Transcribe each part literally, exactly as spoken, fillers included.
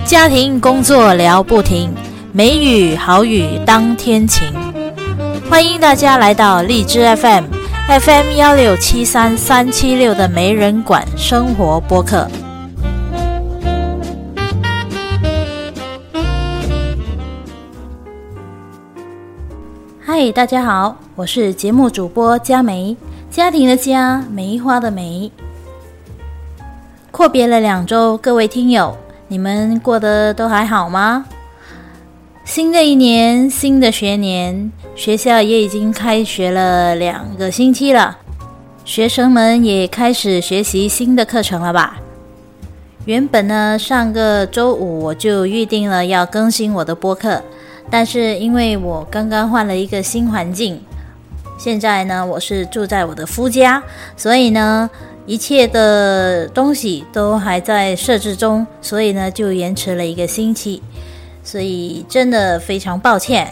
家庭工作聊不停，美语好语当天晴。欢迎大家来到荔枝 F M F M 一六七三三七六的没人管生活播客。嗨，大家好，我是节目主播佳梅，家庭的家，梅花的梅。阔别了两周，各位听友，你们过得都还好吗？新的一年，新的学年，学校也已经开学了两个星期了，学生们也开始学习新的课程了吧？原本呢，上个周五我就预定了要更新我的播客，但是因为我刚刚换了一个新环境，现在呢，我是住在我的夫家，所以呢，一切的东西都还在设置中，所以呢，就延迟了一个星期。所以真的非常抱歉。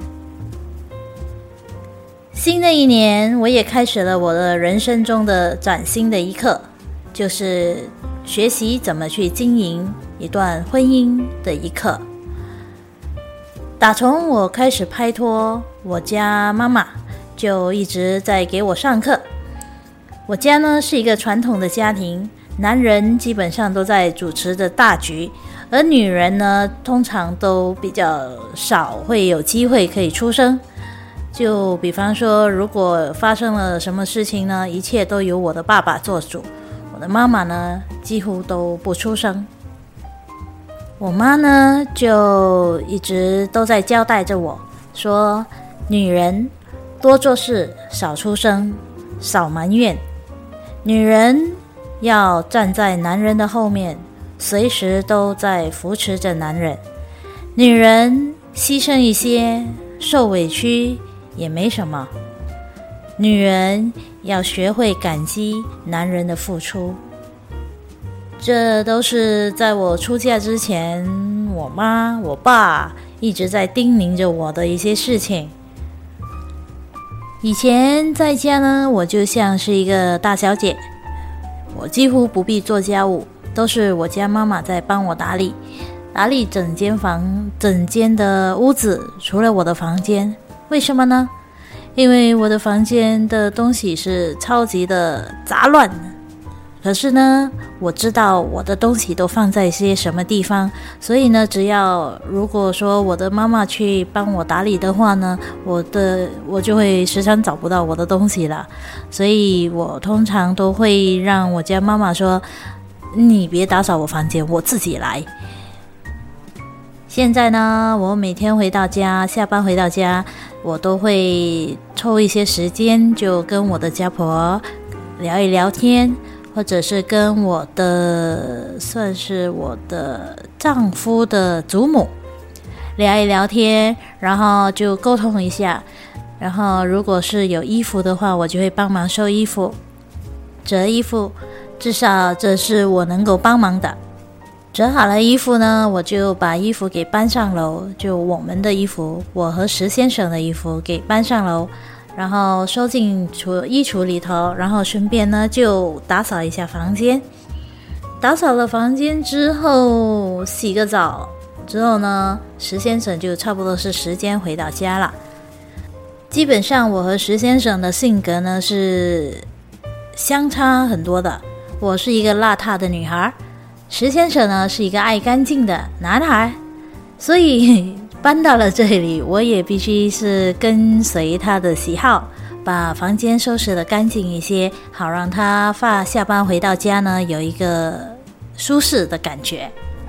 新的一年，我也开始了我的人生中的崭新的一课，就是学习怎么去经营一段婚姻的一课。打从我开始拍拖，我家妈妈就一直在给我上课。我家呢是一个传统的家庭，男人基本上都在主持着大局，而女人呢通常都比较少会有机会可以出声。就比方说，如果发生了什么事情呢，一切都由我的爸爸做主，我的妈妈呢几乎都不出声。我妈呢就一直都在交代着我说，女人多做事，少出声，少埋怨。女人要站在男人的后面，随时都在扶持着男人。女人牺牲一些，受委屈也没什么。女人要学会感激男人的付出。这都是在我出嫁之前，我妈我爸一直在叮咛着我的一些事情。以前在家呢，我就像是一个大小姐，我几乎不必做家务，都是我家妈妈在帮我打理打理整间房整间的屋子，除了我的房间。为什么呢？因为我的房间的东西是超级的杂乱，可是呢，我知道我的东西都放在些什么地方，所以呢，只要如果说我的妈妈去帮我打理的话呢，我的我就会时常找不到我的东西了。所以我通常都会让我家妈妈说，你别打扫我房间，我自己来。现在呢，我每天回到家，下班回到家，我都会抽一些时间，就跟我的家婆聊一聊天，或者是跟我的算是我的丈夫的祖母聊一聊天，然后就沟通一下。然后如果是有衣服的话，我就会帮忙收衣服、折衣服，至少这是我能够帮忙的。折好了衣服呢，我就把衣服给搬上楼，就我们的衣服，我和石先生的衣服给搬上楼，然后收进橱衣橱里头，然后顺便呢就打扫一下房间。打扫了房间之后，洗个澡之后呢，石先生就差不多是时间回到家了。基本上我和石先生的性格呢是相差很多的，我是一个邋遢的女孩，石先生呢是一个爱干净的男孩，所以搬到了这里，我也必须是跟随他的喜好，把房间收拾得干净一些，好让他发下班回到家呢有一个舒适的感觉。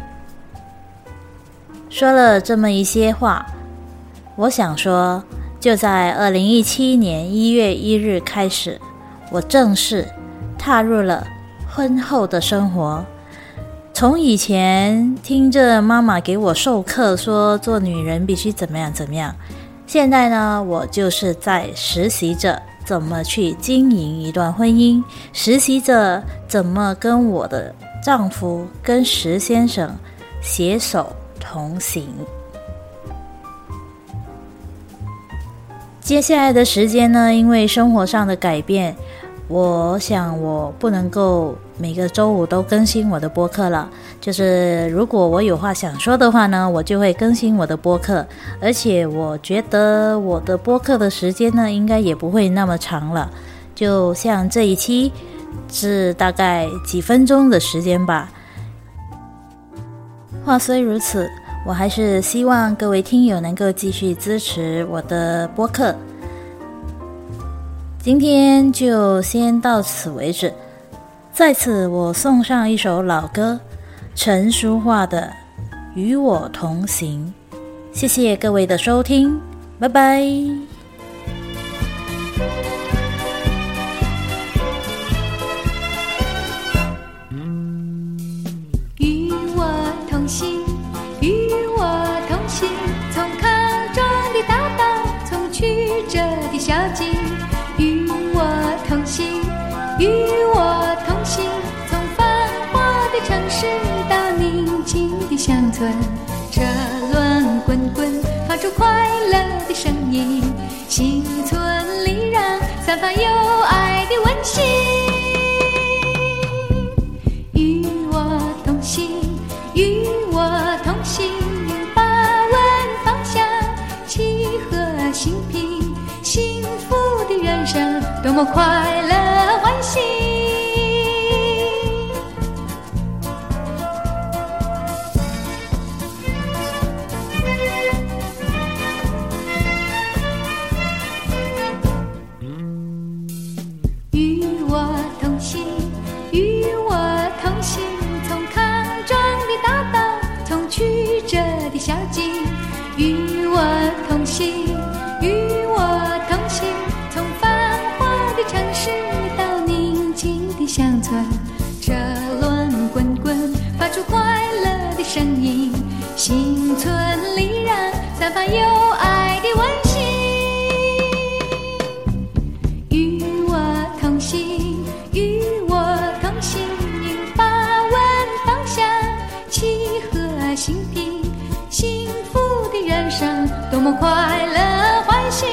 说了这么一些话，我想说，就在二零一七年一月一日开始，我正式踏入了婚后的生活。从以前听着妈妈给我授课说做女人必须怎么样怎么样，现在呢，我就是在实习着怎么去经营一段婚姻，实习着怎么跟我的丈夫跟石先生携手同行。接下来的时间呢，因为生活上的改变， 我想我不能够每个周五都更新我的播客了，就是如果我有话想说的话呢，我就会更新我的播客，而且我觉得我的播客的时间呢应该也不会那么长了，就像这一期是大概几分钟的时间吧。话虽如此，我还是希望各位听友能够继续支持我的播客。今天就先到此为止，在此我送上一首老歌，陈淑桦的《与我同行》。谢谢各位的收听，拜拜。 与我同行，与我同行，从康庄的大道，从曲折的小径。与我同行，与我同行，从繁华的城市到宁静的乡村，车轮滚滚，发出快乐的声音，心存礼让，散发有爱的温馨。与我同行，与我同行，把稳方向，契合心平，幸福的人生多么快乐欢喜。与我同行，与我同行，从康庄的大道，从曲折的小径。与我同行，与我同行，从繁华的城市到宁静的乡村，车轮滚滚，发出快乐的声音，心存礼让，散发有爱的温馨。与我同行，与我同行，把稳方向，契合心平，幸福的人生多么快乐欢喜。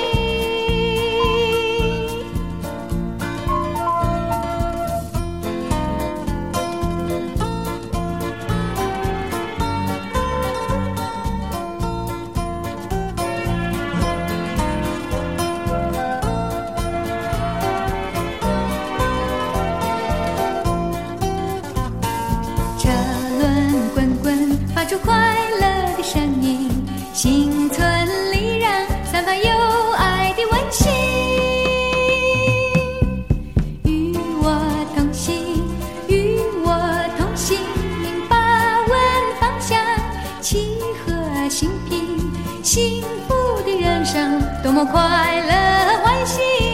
车轮滚滚，发出快乐的声音，心存礼让，散发有爱的温馨。与我同行，与我同行，把稳方向，契合心平，幸福的人生多么快乐欢喜。